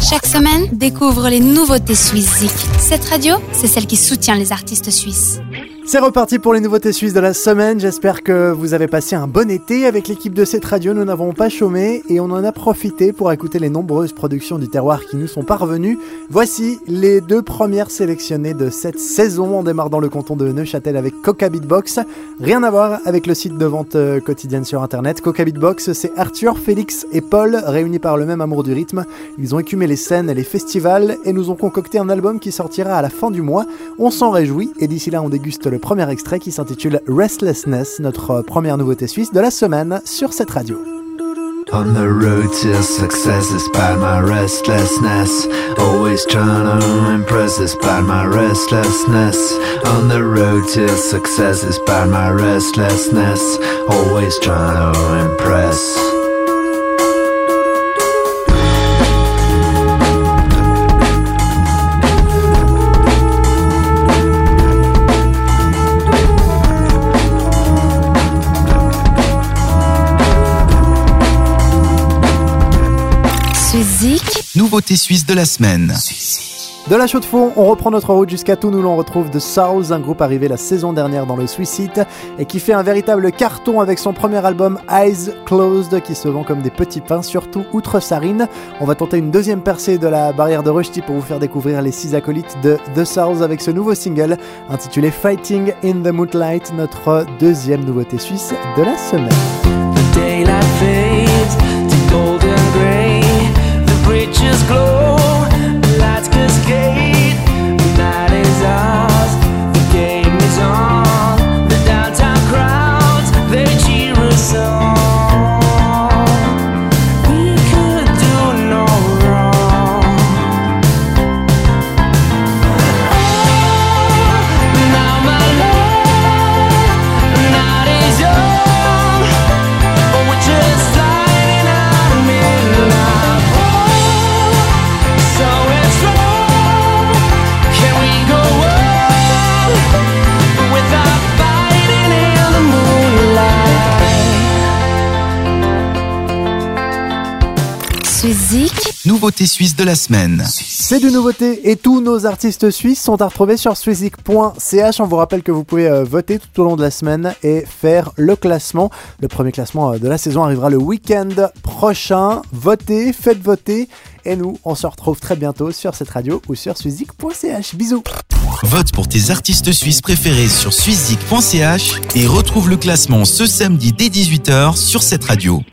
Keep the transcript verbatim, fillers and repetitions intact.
Chaque semaine, découvre les nouveautés Suisse-Zik. Cette radio, c'est celle qui soutient les artistes suisses. C'est reparti pour les nouveautés suisses de la semaine. J'espère que vous avez passé un bon été avec l'équipe de cette radio. Nous n'avons pas chômé et on en a profité pour écouter les nombreuses productions du terroir qui nous sont parvenues. Voici les deux premières sélectionnées de cette saison. On démarre dans le canton de Neuchâtel avec Coca Beatbox. Rien à voir avec le site de vente quotidienne sur internet. Coca Beatbox, c'est Arthur, Félix et Paul réunis par le même amour du rythme. Ils ont écumé les scènes et les festivals et nous ont concocté un album qui sortira à la fin du mois. On s'en réjouit et d'ici là on déguste le premier extrait qui s'intitule Restlessness, notre première nouveauté suisse de la semaine sur cette radio. On the road to success despite my restlessness, always trying to impress despite my restlessness. On the road to success despite my restlessness, always trying to impress. Nouveauté suisse de la semaine. De la Chaux-de-Fonds, on reprend notre route jusqu'à Thun où l'on retrouve The Souls, un groupe arrivé la saison dernière dans le Suisse-It et qui fait un véritable carton avec son premier album Eyes Closed qui se vend comme des petits pains, surtout outre-Sarine. On va tenter une deuxième percée de la barrière de Rösti pour vous faire découvrir les six acolytes de The Souls avec ce nouveau single intitulé Fighting in the Moonlight, notre deuxième nouveauté suisse de la semaine. The daylight fades to golden gray. Bridges glow, the lights cascade. The night is ours, the game is on. The downtown crowds, they cheer us on. We could do no wrong. Oh, now my love, the night is young. But we're just sliding out of midnight. Suisse-Zik, nouveauté suisse de la semaine. C'est du nouveauté et tous nos artistes suisses sont à retrouver sur suizik point c h. On vous rappelle que vous pouvez euh, voter tout au long de la semaine et faire le classement. Le premier classement euh, de la saison arrivera le week-end prochain. Votez, faites voter et nous on se retrouve très bientôt sur cette radio ou sur suizik point c h. Bisous. Vote pour tes artistes suisses préférés sur suizik point c h et retrouve le classement ce samedi dès dix-huit heures sur cette radio.